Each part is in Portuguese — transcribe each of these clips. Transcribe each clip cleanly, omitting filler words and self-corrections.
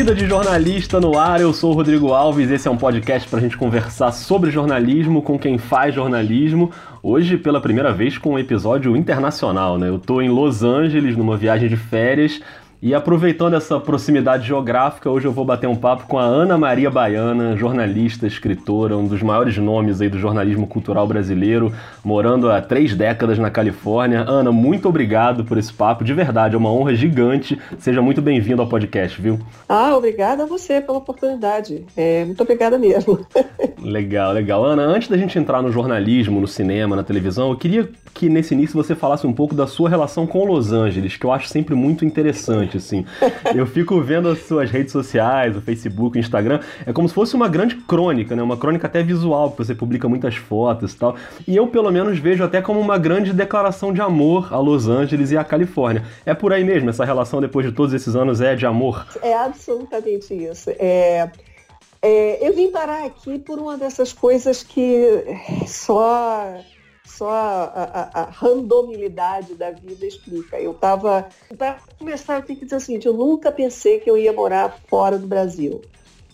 Vida de Jornalista no ar, eu sou o Rodrigo Alves, esse é um podcast para a gente conversar sobre jornalismo com quem faz jornalismo. Hoje, pela primeira vez, com um episódio internacional, né? Eu estou em Los Angeles, numa viagem de férias, e aproveitando essa proximidade geográfica, hoje eu vou bater um papo com a Ana Maria Baiana, jornalista, escritora, um dos maiores nomes aí do jornalismo cultural brasileiro, morando há 3 décadas na Califórnia. Ana, muito obrigado por esse papo, de verdade, é uma honra gigante. Seja muito bem-vindo ao podcast, viu? Obrigada a você pela oportunidade. Muito obrigada mesmo. Legal, legal. Ana, antes da gente entrar no jornalismo, no cinema, na televisão, eu queria que nesse início você falasse um pouco da sua relação com Los Angeles, que eu acho sempre muito interessante, assim. Eu fico vendo as suas redes sociais, o Facebook, o Instagram, é como se fosse uma grande crônica, né? Uma crônica até visual, porque você publica muitas fotos e tal. E eu, pelo menos, vejo até como uma grande declaração de amor a Los Angeles e à Califórnia. É por aí mesmo? Essa relação, depois de todos esses anos, é de amor? É absolutamente isso. Eu vim parar aqui por uma dessas coisas que só a randomilidade da vida explica. Para começar, eu tenho que dizer o seguinte, eu nunca pensei que eu ia morar fora do Brasil.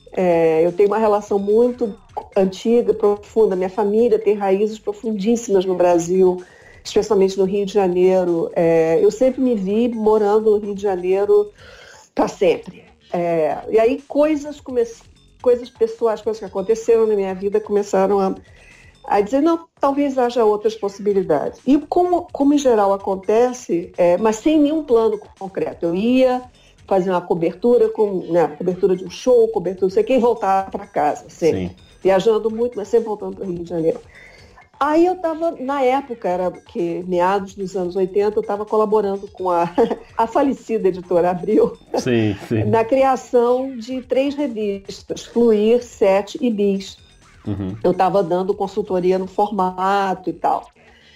Eu tenho uma relação muito antiga, profunda. Minha família tem raízes profundíssimas no Brasil, especialmente no Rio de Janeiro. Eu sempre me vi morando no Rio de Janeiro para sempre. E aí coisas pessoais, coisas que aconteceram na minha vida começaram a dizer, não, talvez haja outras possibilidades. E como em geral acontece, mas sem nenhum plano concreto. Eu ia fazer uma cobertura, cobertura de um show, cobertura não sei o que, e voltar para casa, sempre. Sim. Viajando muito, mas sempre voltando para o Rio de Janeiro. Aí eu estava, na época, era que meados dos anos 80, eu estava colaborando com a falecida editora Abril, sim. na criação de 3 revistas, Fluir, 7 e Bis. Uhum. Eu estava dando consultoria no formato e tal.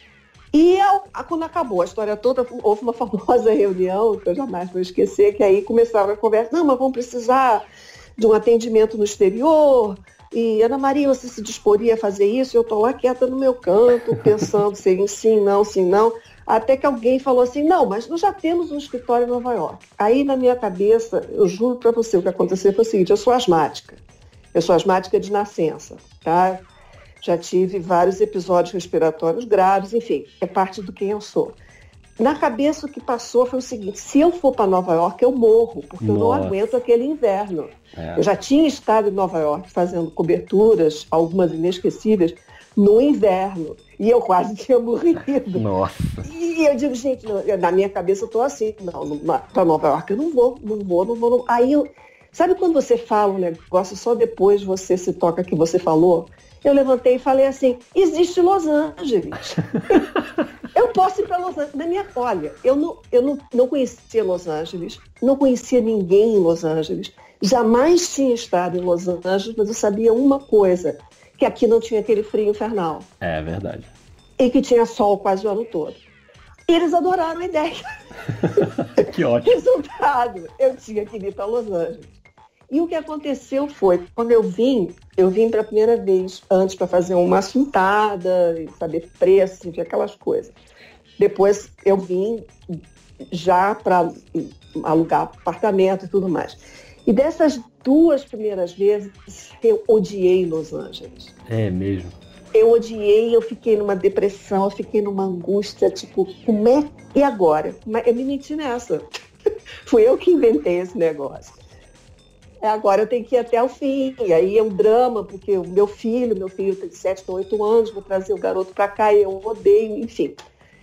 E quando acabou a história toda, houve uma famosa reunião, que eu jamais vou esquecer, que aí começava a conversa, não, mas vamos precisar de um atendimento no exterior, e Ana Maria, você se disporia a fazer isso? Eu estou lá quieta no meu canto, pensando se sim, não, até que alguém falou assim, não, mas nós já temos um escritório em Nova York. Aí na minha cabeça, eu juro para você, o que aconteceu foi o seguinte, eu sou asmática de nascença, tá? Já tive vários episódios respiratórios graves, enfim, é parte do quem eu sou. Na cabeça o que passou foi o seguinte, se eu for para Nova York eu morro, porque eu não aguento aquele inverno. Eu já tinha estado em Nova York fazendo coberturas, algumas inesquecíveis, no inverno, e eu quase tinha morrido. Nossa. E eu digo, gente, na minha cabeça eu estou assim, para Nova York eu não vou. Aí sabe quando você fala um negócio, só depois você se toca que você falou? Eu levantei e falei assim, existe Los Angeles. Eu posso ir para Los Angeles. Olha, eu não conhecia Los Angeles, não conhecia ninguém em Los Angeles, jamais tinha estado em Los Angeles, mas eu sabia uma coisa, que aqui não tinha aquele frio infernal. É verdade. E que tinha sol quase o ano todo. E eles adoraram a ideia. Que ótimo. Resultado, eu tinha que ir para Los Angeles. E o que aconteceu foi, quando eu vim para a primeira vez, antes para fazer uma assuntada, saber preço, aquelas coisas. Depois eu vim já para alugar apartamento e tudo mais. E dessas 2 primeiras vezes, eu odiei Los Angeles. É mesmo? Eu odiei, eu fiquei numa depressão, eu fiquei numa angústia, tipo, e agora? Eu me meti nessa. Fui eu que inventei esse negócio. Agora eu tenho que ir até o fim, e aí é um drama, porque o meu filho tem 7 ou 8 anos, vou trazer o garoto para cá e eu odeio, enfim.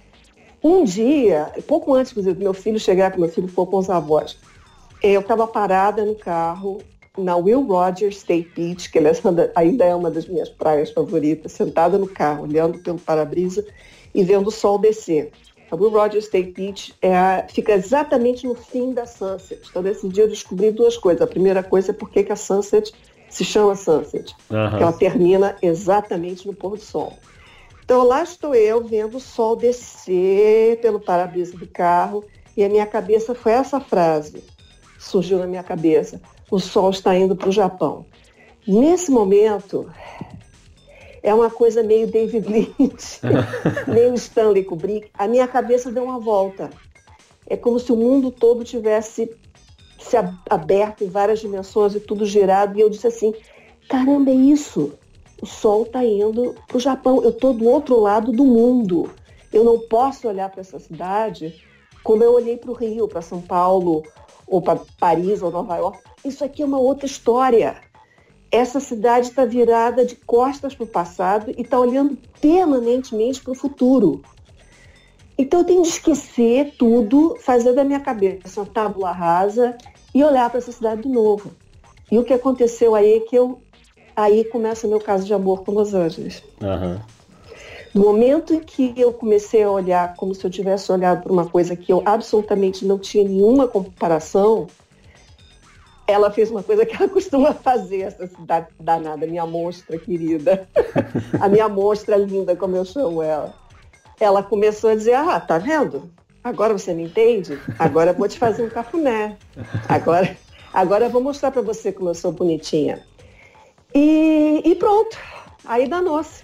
Um dia, pouco antes do meu filho chegar, que meu filho foi com os avós, eu estava parada no carro, na Will Rogers State Beach, que ainda é uma das minhas praias favoritas, sentada no carro, olhando pelo para-brisa e vendo o sol descer. A Will Rogers State Beach fica exatamente no fim da Sunset. Então, nesse dia eu descobri 2 coisas. A primeira coisa é por que a Sunset se chama Sunset. Uhum. Porque ela termina exatamente no pôr do sol. Então, lá estou eu vendo o sol descer pelo para-brisa do carro e a minha cabeça foi essa frase. Surgiu na minha cabeça. O sol está indo para o Japão. Nesse momento... É uma coisa meio David Lynch, meio Stanley Kubrick. A minha cabeça deu uma volta. É como se o mundo todo tivesse aberto em várias dimensões e tudo girado. E eu disse assim, caramba, é isso. O sol está indo para o Japão. Eu estou do outro lado do mundo. Eu não posso olhar para essa cidade como eu olhei para o Rio, para São Paulo, ou para Paris, ou Nova York. Isso aqui é uma outra história. Essa cidade está virada de costas para o passado e está olhando permanentemente para o futuro. Então eu tenho de esquecer tudo, fazer da minha cabeça uma tábula rasa e olhar para essa cidade de novo. E o que aconteceu aí é que aí começa meu caso de amor com Los Angeles. Uhum. No momento em que eu comecei a olhar como se eu tivesse olhado para uma coisa que eu absolutamente não tinha nenhuma comparação, ela fez uma coisa que ela costuma fazer, essa cidade danada, minha monstra querida, a minha monstra linda, como eu chamo ela. Ela começou a dizer, tá vendo? Agora você me entende? Agora eu vou te fazer um cafuné. Agora eu vou mostrar para você como eu sou bonitinha. E pronto, aí danou-se.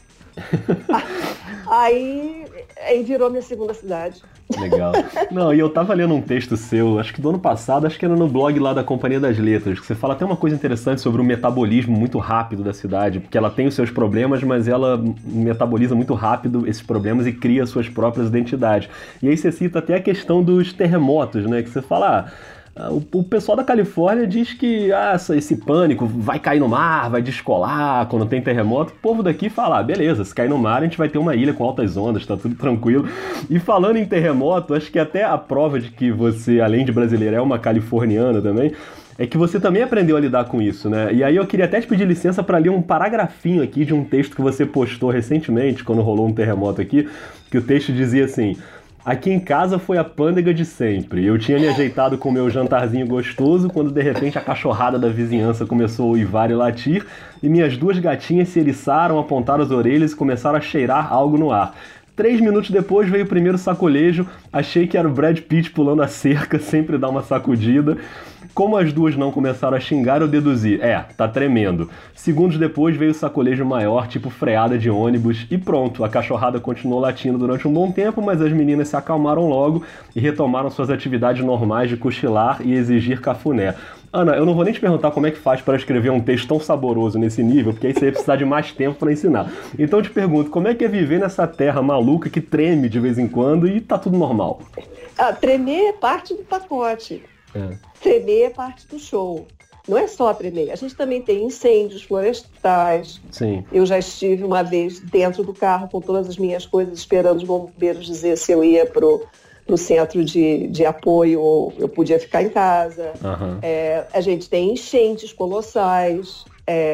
Aí virou minha segunda cidade. Legal. Não, e eu tava lendo um texto seu, acho que do ano passado, acho que era no blog lá da Companhia das Letras, que você fala até uma coisa interessante sobre o metabolismo muito rápido da cidade, porque ela tem os seus problemas, mas ela metaboliza muito rápido esses problemas e cria suas próprias identidades. E aí você cita até a questão dos terremotos, né? Que você fala, o pessoal da Califórnia diz que esse pânico vai cair no mar, vai descolar quando tem terremoto. O povo daqui fala, beleza, se cair no mar a gente vai ter uma ilha com altas ondas, tá tudo tranquilo. E falando em terremoto, acho que até a prova de que você, além de brasileira, é uma californiana também, é que você também aprendeu a lidar com isso, né? E aí eu queria até te pedir licença para ler um paragrafinho aqui de um texto que você postou recentemente, quando rolou um terremoto aqui, que o texto dizia assim: aqui em casa foi a pândega de sempre. Eu tinha me ajeitado com o meu jantarzinho gostoso quando de repente a cachorrada da vizinhança começou a uivar e latir e minhas duas gatinhas se eriçaram, apontaram as orelhas e começaram a cheirar algo no ar. 3 minutos depois veio o primeiro sacolejo, achei que era o Brad Pitt pulando a cerca, sempre dá uma sacudida. Como as duas não começaram a xingar, eu deduzi, tá tremendo. Segundos depois veio o sacolejo maior, tipo freada de ônibus, e pronto, a cachorrada continuou latindo durante um bom tempo, mas as meninas se acalmaram logo e retomaram suas atividades normais de cochilar e exigir cafuné. Ana, eu não vou nem te perguntar como é que faz para escrever um texto tão saboroso nesse nível, porque aí você vai precisar de mais tempo para ensinar. Então eu te pergunto, como é que é viver nessa terra maluca que treme de vez em quando e tá tudo normal? Tremer é parte do pacote. Tremer é parte do show. Não é só tremer. A gente também tem incêndios florestais. Sim. Eu já estive uma vez dentro do carro com todas as minhas coisas, esperando os bombeiros dizer se eu ia pro centro de apoio ou eu podia ficar em casa. Uhum. A gente tem enchentes colossais,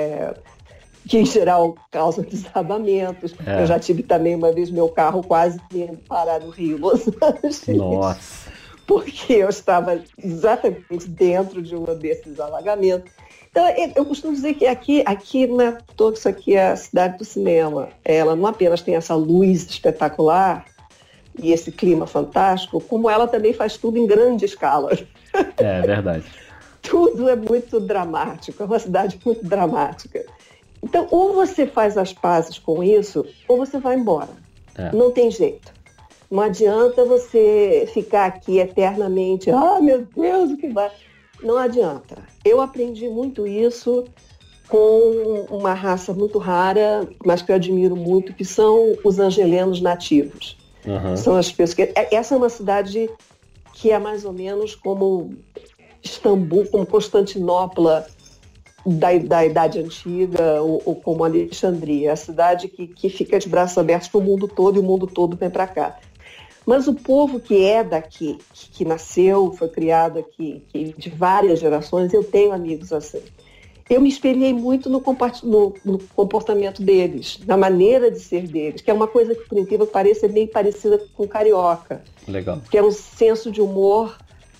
que em geral causam desabamentos. Eu já tive também uma vez meu carro quase indo parar no Rio, Los Angeles. Nossa. Porque eu estava exatamente dentro de um desses alagamentos. Então, eu costumo dizer que aqui não é todo isso aqui é a cidade do cinema. Ela não apenas tem essa luz espetacular e esse clima fantástico, como ela também faz tudo em grande escala. É verdade. Tudo é muito dramático, é uma cidade muito dramática. Então, ou você faz as pazes com isso, ou você vai embora. Não tem jeito. Não adianta você ficar aqui eternamente, meu Deus, o que vai... Não adianta. Eu aprendi muito isso com uma raça muito rara, mas que eu admiro muito, que são os angelenos nativos. Uhum. São as pessoas que... Essa é uma cidade que é mais ou menos como Istambul, como Constantinopla da Idade Antiga, ou como Alexandria. É a cidade que fica de braços abertos para o mundo todo, e o mundo todo vem para cá. Mas o povo que é daqui, que nasceu, foi criado aqui, que de várias gerações, eu tenho amigos assim. Eu me espelhei muito no comportamento deles, na maneira de ser deles, que é uma coisa que, por incrível que pareça, é meio parecida com o carioca. Legal. Que é um senso de humor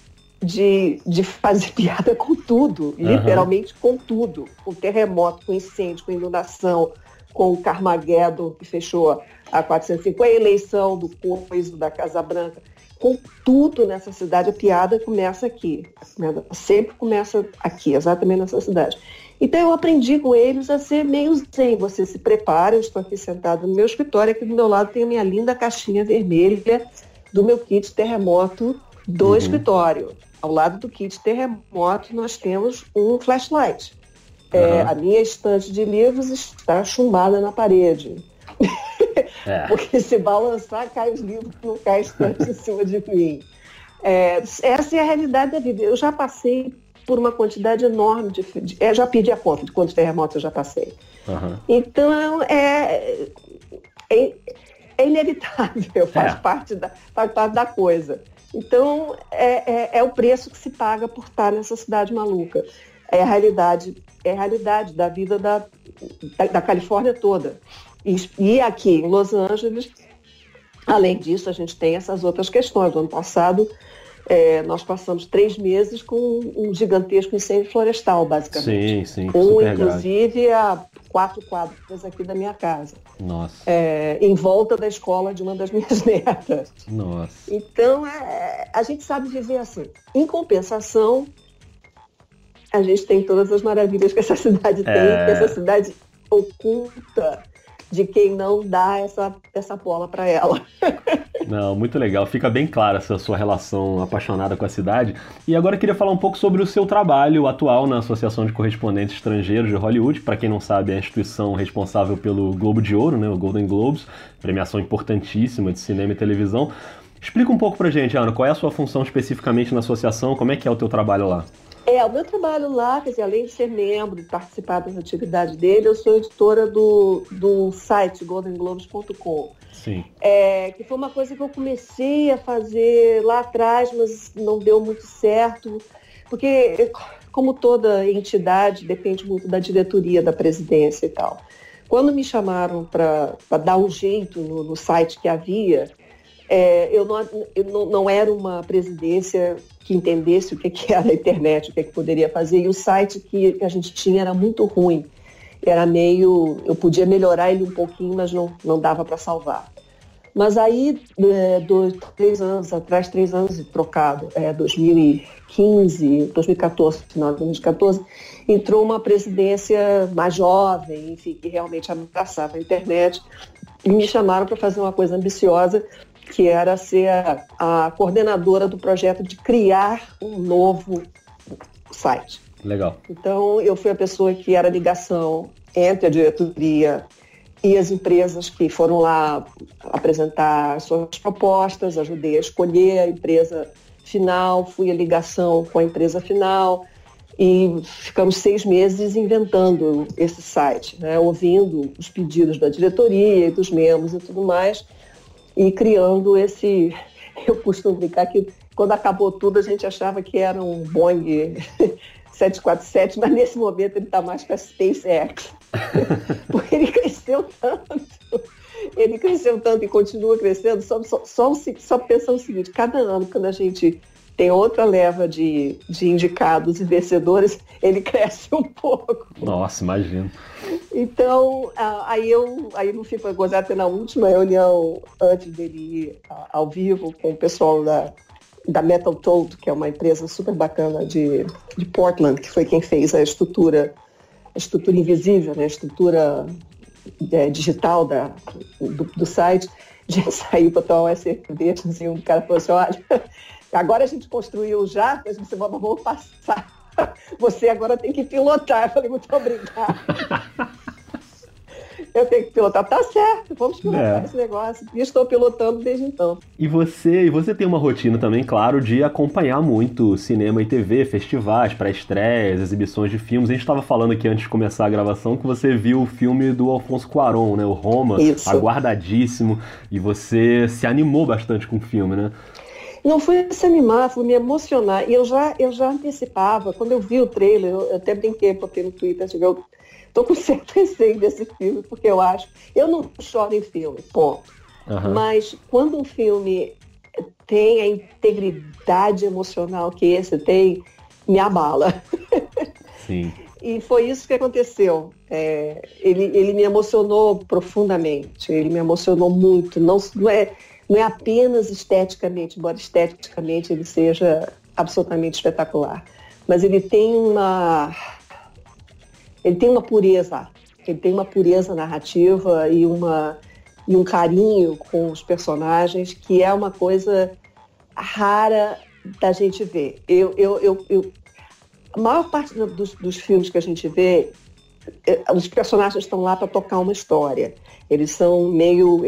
de fazer piada com tudo, literalmente com tudo. Com terremoto, com incêndio, com inundação, com o Carmageddon, que fechou a 405, a eleição do coiso da Casa Branca, com tudo nessa cidade, a piada começa aqui. Sempre começa aqui, exatamente nessa cidade. Então eu aprendi com eles a ser meio zen. Você se prepara, eu estou aqui sentado no meu escritório, aqui do meu lado tem a minha linda caixinha vermelha do meu kit terremoto do escritório. ao lado do kit terremoto, nós temos um flashlight. A minha estante de livros está chumbada na parede. Porque se balançar, cai os livros, não cai a estante em cima de mim. Essa é a realidade da vida. Eu já passei por uma quantidade enorme já perdi a conta de quantos terremotos eu já passei. Então, é inevitável, faz parte da coisa. Então, é o preço que se paga por estar nessa cidade maluca. É a realidade da vida da Califórnia toda. E aqui em Los Angeles, além disso, a gente tem essas outras questões. No ano passado, nós passamos 3 meses com um gigantesco incêndio florestal, basicamente. Sim, inclusive, a 4 quadras aqui da minha casa. Nossa. Em volta da escola de uma das minhas netas. Nossa. Então, a gente sabe viver assim. Em compensação, a gente tem todas as maravilhas que essa cidade tem, que essa cidade oculta de quem não dá essa bola para ela. Não, muito legal. Fica bem clara essa sua relação apaixonada com a cidade. E agora eu queria falar um pouco sobre o seu trabalho atual na Associação de Correspondentes Estrangeiros de Hollywood. Para quem não sabe, é a instituição responsável pelo Globo de Ouro, né, o Golden Globes, premiação importantíssima de cinema e televisão. Explica um pouco pra gente, Ana, qual é a sua função especificamente na associação, como é que é o teu trabalho lá? O meu trabalho lá, quer dizer, além de ser membro e participar das atividades dele, eu sou editora do site goldenglobes.com. Sim. Que foi uma coisa que eu comecei a fazer lá atrás, mas não deu muito certo, porque, como toda entidade, depende muito da diretoria, da presidência e tal. Quando me chamaram para dar um jeito no site que havia, eu não era uma presidência que entendesse o que era a internet, o que poderia fazer, e o site que a gente tinha era muito ruim. Era eu podia melhorar ele um pouquinho, mas não dava para salvar. Mas aí, 3 anos atrás, 3 anos trocado, 2015, 2014, final de 2014, entrou uma presidência mais jovem, enfim, que realmente abraçava a internet, e me chamaram para fazer uma coisa ambiciosa, que era ser a coordenadora do projeto de criar um novo site. Legal. Então, eu fui a pessoa que era a ligação entre a diretoria e as empresas que foram lá apresentar suas propostas, ajudei a escolher a empresa final, fui a ligação com a empresa final e ficamos 6 meses inventando esse site, né, ouvindo os pedidos da diretoria e dos membros e tudo mais, e criando esse... Eu costumo brincar que quando acabou tudo a gente achava que era um Boeing 747, mas nesse momento ele está mais para SpaceX. Porque ele cresceu tanto e continua crescendo, só pensando o seguinte: cada ano, quando a gente tem outra leva de indicados e vencedores, ele cresce um pouco. Nossa, imagino. Então, aí no fim foi gozar até na última reunião, antes dele ir ao vivo com o pessoal da Metal Toad, que é uma empresa super bacana de Portland, que foi quem fez a estrutura invisível, né, a estrutura digital do site. A gente saiu para tomar um SRD, assim, o cara falou assim: olha, agora a gente construiu já, mas vamos passar. Você agora tem que pilotar. Eu falei: muito obrigada. Eu tenho que pilotar. Tá certo, vamos pilotar esse negócio. E estou pilotando desde então. E você tem uma rotina também, claro, de acompanhar muito cinema e TV, festivais, pré-estreias, exibições de filmes. A gente estava falando aqui antes de começar a gravação que você viu o filme do Alfonso Cuarón, né? O Roma. Isso. Aguardadíssimo. E você se animou bastante com o filme, né? Não fui se animar, fui me emocionar. E eu já antecipava, quando eu vi o trailer, eu até brinquei, botei no Twitter, eu tô com certo receio desse filme, porque eu não choro em filme, ponto. Uhum. Mas quando um filme tem a integridade emocional que esse tem, me abala. Sim. E foi isso que aconteceu. Ele me emocionou profundamente, ele me emocionou muito. Não é apenas esteticamente, embora esteticamente ele seja absolutamente espetacular, mas ele tem uma pureza, narrativa e um carinho com os personagens que é uma coisa rara da gente ver. A maior parte dos filmes que a gente vê, os personagens estão lá para tocar uma história. Eles são meio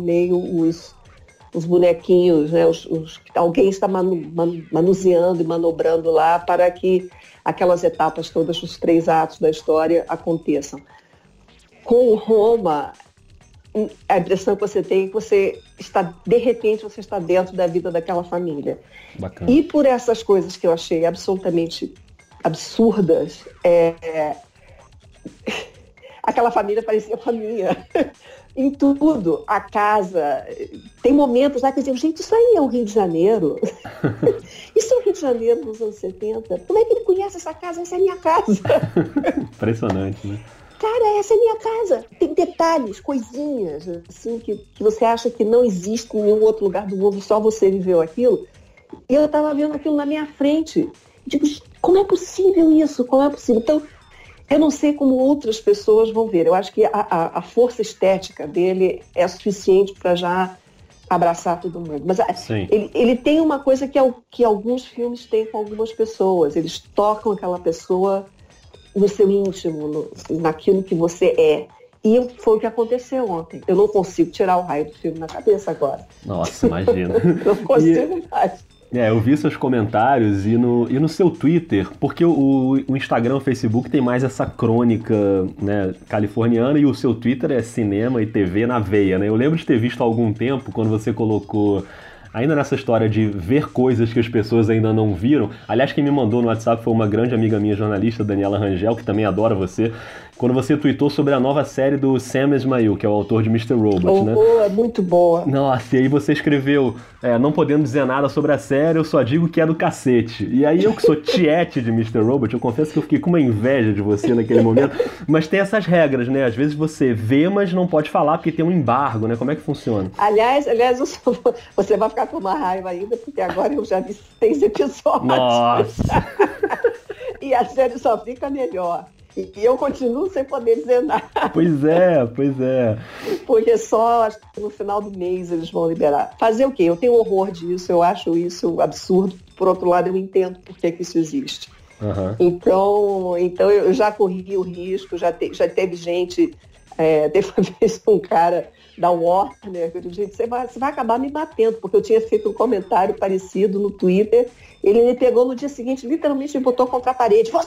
os bonequinhos, né? Alguém está manuseando e manobrando lá para que aquelas etapas todas, os 3 atos da história aconteçam. Com Roma, a impressão que você tem é que de repente você está dentro da vida daquela família. Bacana. E por essas coisas que eu achei absolutamente absurdas, aquela família parecia com a minha. Em tudo, a casa, tem momentos lá que diziam, gente, isso aí é o Rio de Janeiro. Isso é o Rio de Janeiro dos anos 70. Como é que ele conhece essa casa? Essa é a minha casa. Impressionante, né? Cara, essa é a minha casa. Tem detalhes, coisinhas, assim, que você acha que não existe em nenhum outro lugar do mundo, só você viveu aquilo. E eu estava vendo aquilo na minha frente. Digo, como é possível isso? Como é possível? Então, eu não sei como outras pessoas vão ver. Eu acho que a força estética dele é suficiente para já abraçar todo mundo. Mas ele tem uma coisa que alguns filmes têm com algumas pessoas. Eles tocam aquela pessoa no seu íntimo, naquilo que você é. E foi o que aconteceu ontem. Eu não consigo tirar o raio do filme na cabeça agora. Nossa, imagina. Não consigo mais. Eu vi seus comentários e no seu Twitter, porque o Instagram, o Facebook tem mais essa crônica, né, californiana, e o seu Twitter é cinema e TV na veia, né? Eu lembro de ter visto há algum tempo, quando você colocou, ainda nessa história de ver coisas que as pessoas ainda não viram. Aliás, quem me mandou no WhatsApp foi uma grande amiga minha, jornalista, Daniela Rangel, que também adora você, quando você tweetou sobre a nova série do Sam Esmail, que é o autor de Mr. Robot, né? É muito boa. Nossa, e aí você escreveu, não podendo dizer nada sobre a série, eu só digo que é do cacete. E aí eu que sou tiete de Mr. Robot, eu confesso que eu fiquei com uma inveja de você naquele momento, mas tem essas regras, né? Às vezes você vê, mas não pode falar porque tem um embargo, né? Como é que funciona? Aliás, você vai ficar com uma raiva ainda, porque agora eu já vi 6 episódios. Nossa! E a série só fica melhor. E eu continuo sem poder dizer nada. Pois é. Porque só acho que no final do mês eles vão liberar. Fazer o quê? Eu tenho horror disso, eu acho isso absurdo. Por outro lado, eu entendo por que isso existe. Uhum. Então eu já corri o risco, já teve gente, teve uma vez um cara da Warner, que eu disse, gente, você vai acabar me batendo, porque eu tinha feito um comentário parecido no Twitter. Ele me pegou no dia seguinte, literalmente me botou contra a parede. Você!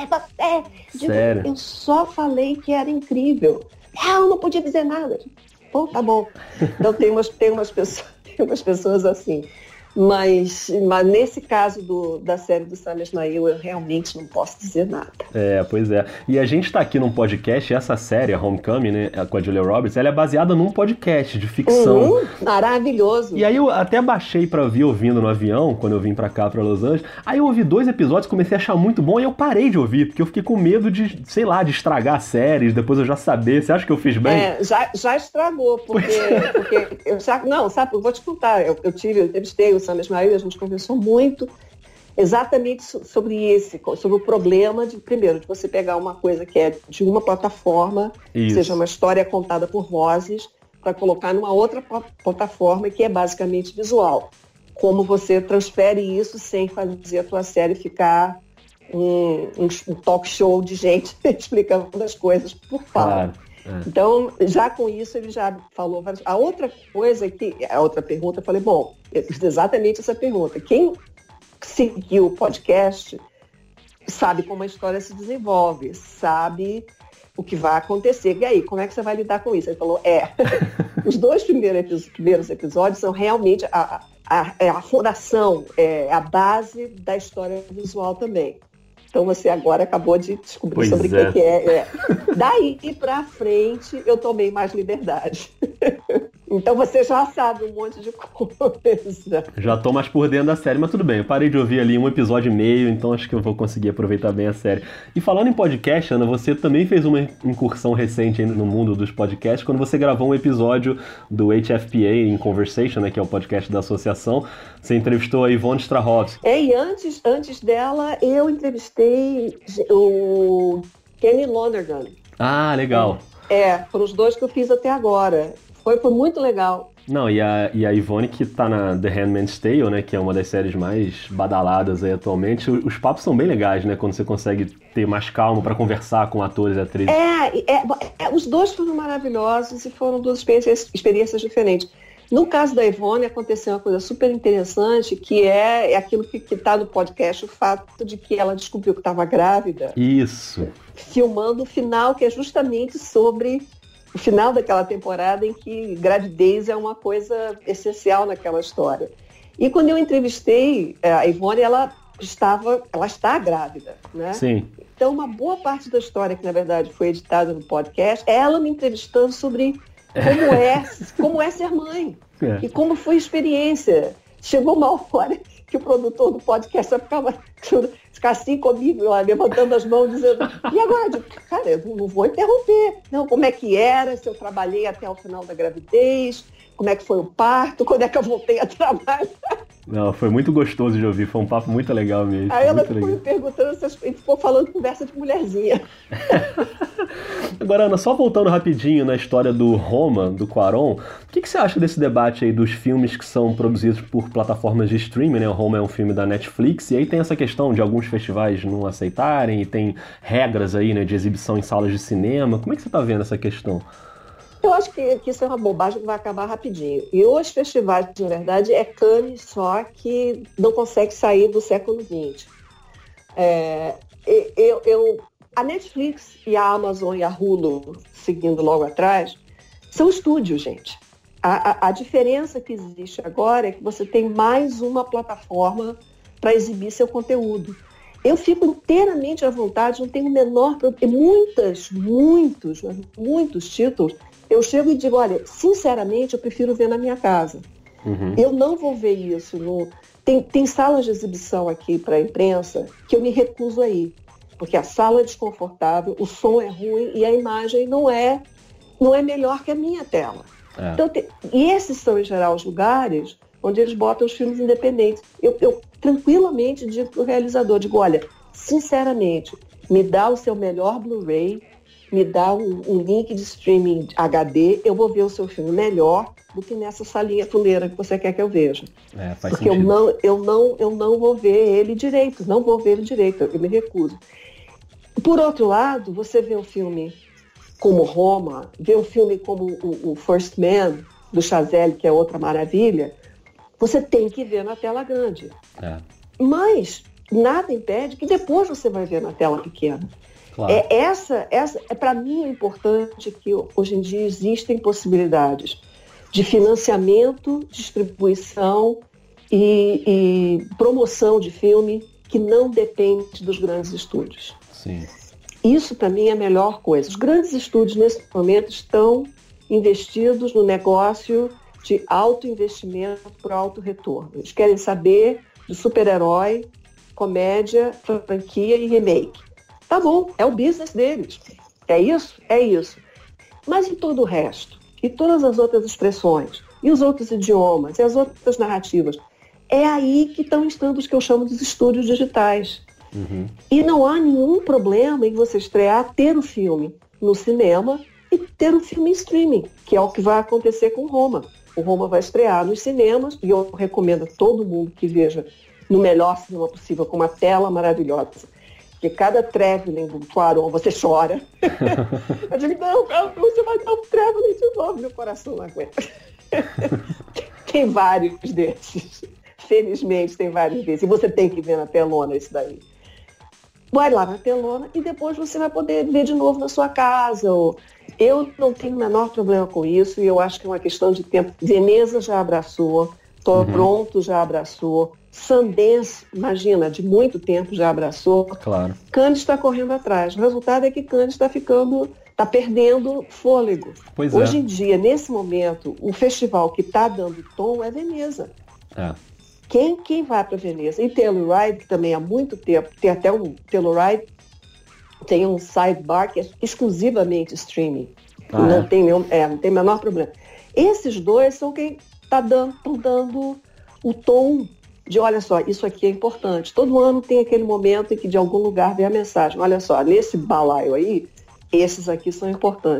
Sério? Eu só falei que era incrível. Eu não podia dizer nada. Bom, tá bom. Então tem umas pessoas assim. Mas nesse caso da série do Sam Esmail, eu realmente não posso dizer nada. Pois é. E a gente tá aqui num podcast, essa série, a Homecoming, né, com a Julia Roberts, ela é baseada num podcast de ficção. Maravilhoso. E aí eu até baixei pra vir ouvindo no avião, quando eu vim pra cá, pra Los Angeles. Aí eu ouvi 2 episódios, comecei a achar muito bom e eu parei de ouvir, porque eu fiquei com medo de, sei lá, de estragar as séries, depois eu já saber. Você acha que eu fiz bem? Já estragou, porque eu vou te contar, eu entrevistei o Sam Esmail, a gente conversou muito exatamente sobre o problema de você pegar uma coisa que é de uma plataforma, isso, seja uma história contada por vozes, para colocar numa outra plataforma que é basicamente visual. Como você transfere isso sem fazer a tua série ficar um talk show de gente explicando as coisas por fala. Claro. Então, já com isso, ele já falou várias. A outra pergunta, eu falei, bom, exatamente essa pergunta. Quem seguiu o podcast sabe como a história se desenvolve, sabe o que vai acontecer. E aí, como é que você vai lidar com isso? Ele falou, os 2 primeiros episódios são realmente a fundação, a base da história visual também. Então você agora acabou de descobrir sobre o que é. Daí pra frente eu tomei mais liberdade. Então você já sabe um monte de coisa. Já tô mais por dentro da série, mas tudo bem. Eu parei de ouvir ali 1 episódio e meio, então acho que eu vou conseguir aproveitar bem a série. E falando em podcast, Ana, você também fez uma incursão recente no mundo dos podcasts, quando você gravou um episódio do HFPA in Conversation, né, que é o podcast da associação. Você entrevistou a Yvonne Strahovski. E antes dela, eu entrevistei o Kenny Lonergan. Ah, legal. Foram os 2 que eu fiz até agora. Foi muito legal. Não, e a Ivone, que tá na The Handmaid's Tale, né, que é uma das séries mais badaladas aí atualmente, os papos são bem legais, né, quando você consegue ter mais calma para conversar com atores e atrizes. Os 2 foram maravilhosos e foram 2 experiências diferentes. No caso da Ivone, aconteceu uma coisa super interessante, que é aquilo que está no podcast, o fato de que ela descobriu que estava grávida. Isso. Filmando o final, que é justamente sobre o final daquela temporada em que gravidez é uma coisa essencial naquela história. E quando eu entrevistei a Ivone, ela está grávida, né? Sim. Então, uma boa parte da história, que na verdade foi editada no podcast, é ela me entrevistando sobre como é ser mãe e como foi a experiência. Chegou uma hora que o produtor do podcast ficava assim comigo, levantando as mãos, dizendo, e agora? Eu digo, cara, eu não vou interromper. Não, como é que era, se eu trabalhei até o final da gravidez, como é que foi o parto, quando é que eu voltei a trabalhar. Não, foi muito gostoso de ouvir, foi um papo muito legal mesmo. Aí ela ficou me perguntando, e ficou falando conversa de mulherzinha. Agora, Ana, só voltando rapidinho na história do Roma, do Cuarón, o que você acha desse debate aí dos filmes que são produzidos por plataformas de streaming, né? O Roma é um filme da Netflix, e aí tem essa questão de alguns festivais não aceitarem, e tem regras aí, né, de exibição em salas de cinema. Como é que você está vendo essa questão? Eu acho que isso é uma bobagem que vai acabar rapidinho. E os festivais, na verdade, é Cannes só que não consegue sair do século XX. A Netflix e a Amazon e a Hulu, seguindo logo atrás, são estúdios, gente. A diferença que existe agora é que você tem mais uma plataforma para exibir seu conteúdo. Eu fico inteiramente à vontade, não tenho o menor problema. Muitos títulos, eu chego e digo, olha, sinceramente, eu prefiro ver na minha casa. Uhum. Eu não vou ver isso. Tem salas de exibição aqui para a imprensa que eu me recuso a ir. Porque a sala é desconfortável, o som é ruim e a imagem não é melhor que a minha tela. Então, e esses são, em geral, os lugares onde eles botam os filmes independentes. Eu tranquilamente digo para o realizador, digo, olha, sinceramente, me dá o seu melhor Blu-ray, me dá um link de streaming HD, eu vou ver o seu filme melhor do que nessa salinha fuleira que você quer que eu veja. Faz Porque sentido. eu não vou ver ele direito, eu me recuso. Por outro lado, você vê um filme como Roma, vê um filme como o First Man, do Chazelle, que é outra maravilha, você tem que ver na tela grande. Mas nada impede que depois você vai ver na tela pequena. Claro. Para mim, é importante que hoje em dia existem possibilidades de financiamento, distribuição e promoção de filme que não depende dos grandes estúdios. Sim. Isso, para mim, é a melhor coisa. Os grandes estúdios, nesse momento, estão investidos no negócio de alto investimento por alto retorno. Eles querem saber de super-herói, comédia, franquia e remake. Tá bom, é o business deles. É isso? É isso. Mas e todo o resto? E todas as outras expressões? E os outros idiomas? E as outras narrativas? É aí que estão estando os que eu chamo de estúdios digitais. Uhum. E não há nenhum problema em você estrear, ter o filme no cinema e ter o filme em streaming, que é o que vai acontecer com Roma. O Roma vai estrear nos cinemas, e eu recomendo a todo mundo que veja no melhor cinema possível, com uma tela maravilhosa. Porque cada traveling do Cuarón, você chora. Eu digo, não, você vai dar um traveling de novo, meu coração não aguenta. Tem vários desses. Felizmente, tem vários desses. E você tem que ver na telona isso daí. Vai lá na telona e depois você vai poder ver de novo na sua casa. Eu não tenho o menor problema com isso e eu acho que é uma questão de tempo. Veneza já abraçou, Toronto já abraçou, Sundance, imagina, de muito tempo já abraçou. Claro. Cannes está correndo atrás. O resultado é que Cannes está perdendo fôlego. Pois Hoje em dia, nesse momento, o festival que está dando tom é Veneza. Quem vai para Veneza? E Telluride, que também há muito tempo, tem até um Telluride, tem um sidebar que é exclusivamente streaming. Não tem o menor problema. Esses dois são quem estão dando o tom de, olha só, isso aqui é importante. Todo ano tem aquele momento em que de algum lugar vem a mensagem, olha só, nesse balaio aí, esses aqui são importantes.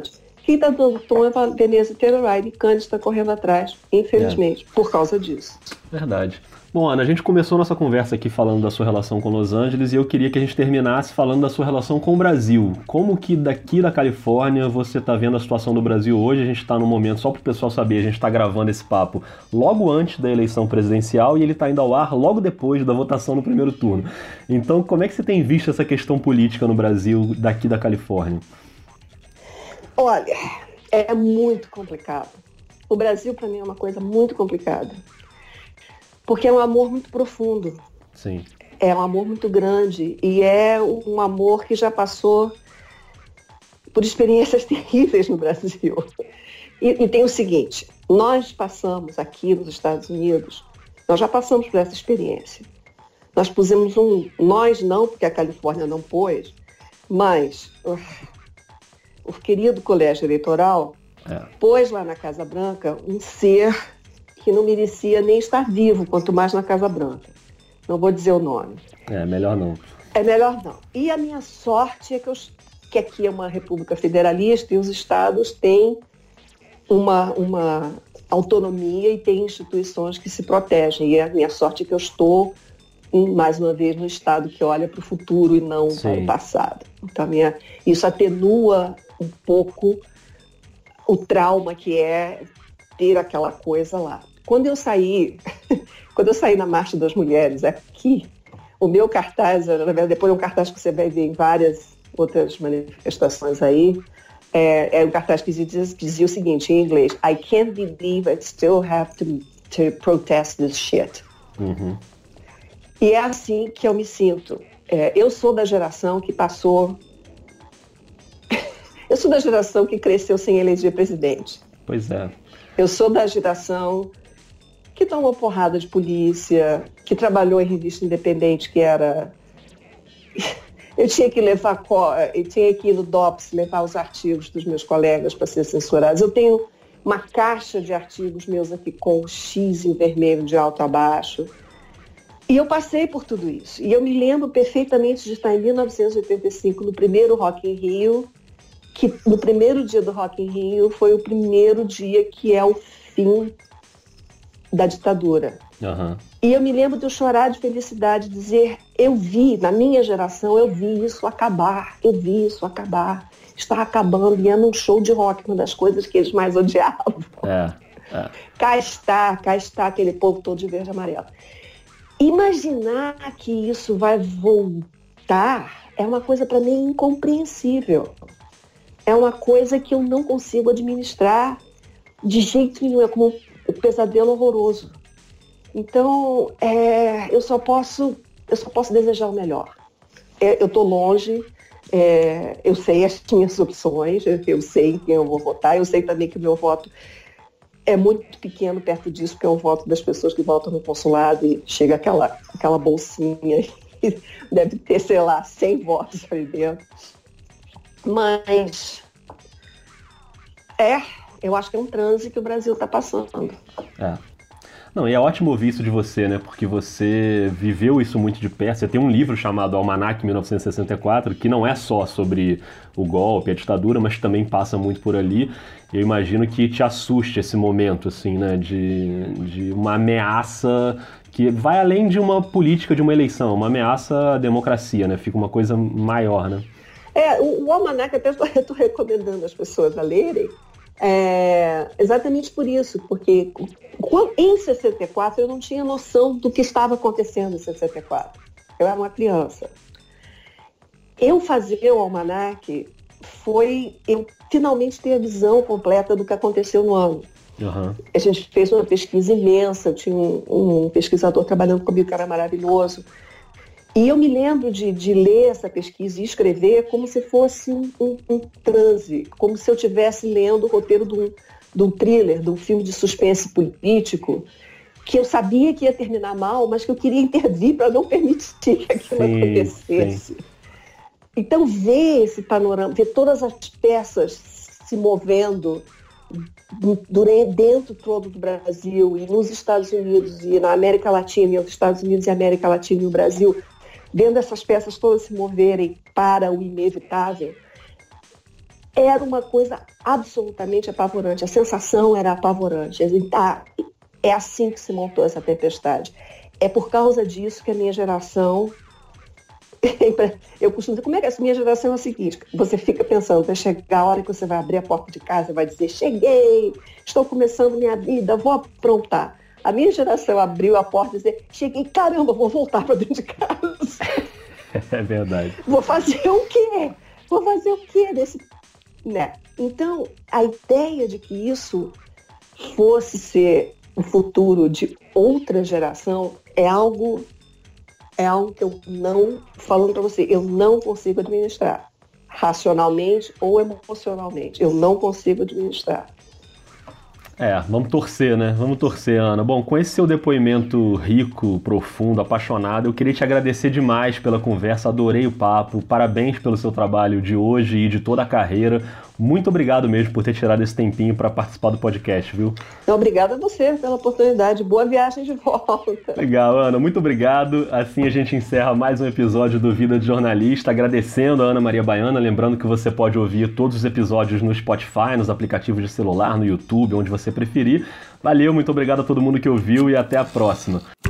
Quem está dando tom é a Denise Taylor-Wright, e Candice está correndo atrás, infelizmente, por causa disso. Verdade. Bom, Ana, a gente começou nossa conversa aqui falando da sua relação com Los Angeles e eu queria que a gente terminasse falando da sua relação com o Brasil. Como que daqui da Califórnia você está vendo a situação do Brasil hoje? A gente está num momento, só para o pessoal saber, a gente está gravando esse papo logo antes da eleição presidencial e ele está indo ao ar logo depois da votação no primeiro turno. Então, como é que você tem visto essa questão política no Brasil daqui da Califórnia? Olha, é muito complicado. O Brasil, para mim, é uma coisa muito complicada. Porque é um amor muito profundo. Sim. É um amor muito grande. E é um amor que já passou por experiências terríveis no Brasil. E tem o seguinte, nós passamos aqui nos Estados Unidos, nós já passamos por essa experiência. Nós pusemos nós não, porque a Califórnia não pôs, mas o querido colégio eleitoral pôs lá na Casa Branca um ser que não merecia nem estar vivo, quanto mais na Casa Branca. Não vou dizer o nome. Melhor não. É melhor não. E a minha sorte é que aqui é uma república federalista e os estados têm uma autonomia e têm instituições que se protegem. E a minha sorte é que eu estou, mais uma vez, no estado que olha para o futuro e não para o passado. Então, isso atenua um pouco o trauma que é ter aquela coisa lá. Quando eu saí na Marcha das Mulheres aqui, o meu cartaz, depois é um cartaz que você vai ver em várias outras manifestações aí, é um cartaz que dizia o seguinte, em inglês, I can't believe I still have to protest this shit. Uhum. E é assim que eu me sinto. Eu sou da geração que passou... eu sou da geração que cresceu sem eleger presidente. Pois é. Eu sou da geração que tomou porrada de polícia, que trabalhou em revista independente, que era... eu tinha que ir no DOPS, levar os artigos dos meus colegas para ser censurados. Eu tenho uma caixa de artigos meus aqui com X em vermelho de alto a baixo. E eu passei por tudo isso. E eu me lembro perfeitamente de estar em 1985, no primeiro Rock in Rio, que no primeiro dia do Rock in Rio foi o primeiro dia que é o fim da ditadura. Uhum. E eu me lembro de eu chorar de felicidade, dizer, eu vi, na minha geração, eu vi isso acabar, está acabando, e é num show de rock, uma das coisas que eles mais odiavam. Cá está aquele povo todo de verde e amarelo. Imaginar que isso vai voltar é uma coisa para mim incompreensível. É uma coisa que eu não consigo administrar de jeito nenhum, é como um pesadelo horroroso. Então, eu só posso desejar o melhor. Eu estou longe, eu sei as minhas opções, eu sei em quem eu vou votar, eu sei também que o meu voto é muito pequeno perto disso, porque é o voto das pessoas que votam no consulado e chega aquela bolsinha e deve ter, sei lá, 100 votos ali dentro. Mas eu acho que é um transe que o Brasil está passando. Não, e é ótimo ouvir isso de você, né? Porque você viveu isso muito de perto. Você tem um livro chamado Almanac 1964, que não é só sobre o golpe, a ditadura, mas também passa muito por ali. Eu imagino que te assuste esse momento, assim, né? De uma ameaça que vai além de uma política de uma eleição, uma ameaça à democracia, né? Fica uma coisa maior, né? O Almanac, até eu estou recomendando as pessoas a lerem, exatamente por isso, porque em 64 eu não tinha noção do que estava acontecendo em 64. Eu era uma criança. Eu fazer o Almanac foi eu finalmente ter a visão completa do que aconteceu no ano. Uhum. A gente fez uma pesquisa imensa, tinha um pesquisador trabalhando comigo que era maravilhoso. E eu me lembro de ler essa pesquisa e escrever como se fosse um transe, como se eu estivesse lendo o roteiro de um thriller, de um filme de suspense político, que eu sabia que ia terminar mal, mas que eu queria intervir para não permitir que aquilo acontecesse. Sim. Então, ver esse panorama, ver todas as peças se movendo dentro todo do Brasil e nos Estados Unidos e na América Latina, e nos Estados Unidos e América Latina e o Brasil, vendo essas peças todas se moverem para o inevitável, era uma coisa absolutamente apavorante. A sensação era apavorante. É assim que se montou essa tempestade. É por causa disso que a minha geração... Eu costumo dizer, como é que a minha geração é o seguinte, você fica pensando, vai chegar a hora que você vai abrir a porta de casa, vai dizer, cheguei, estou começando minha vida, vou aprontar. A minha geração abriu a porta e disse, cheguei, caramba, vou voltar para dentro de casa. É verdade. Vou fazer o quê? Vou fazer o quê desse... Né? Então, a ideia de que isso fosse ser o futuro de outra geração é algo que eu não, falando para você, eu não consigo administrar. Racionalmente ou emocionalmente. Eu não consigo administrar. Vamos torcer, né? Vamos torcer, Ana. Bom, com esse seu depoimento rico, profundo, apaixonado, eu queria te agradecer demais pela conversa, adorei o papo, parabéns pelo seu trabalho de hoje e de toda a carreira. Muito obrigado mesmo por ter tirado esse tempinho para participar do podcast, viu? Então, obrigada a você pela oportunidade. Boa viagem de volta. Legal, Ana. Muito obrigado. Assim a gente encerra mais um episódio do Vida de Jornalista, agradecendo a Ana Maria Baiana, lembrando que você pode ouvir todos os episódios no Spotify, nos aplicativos de celular, no YouTube, onde você preferir. Valeu, muito obrigado a todo mundo que ouviu e até a próxima.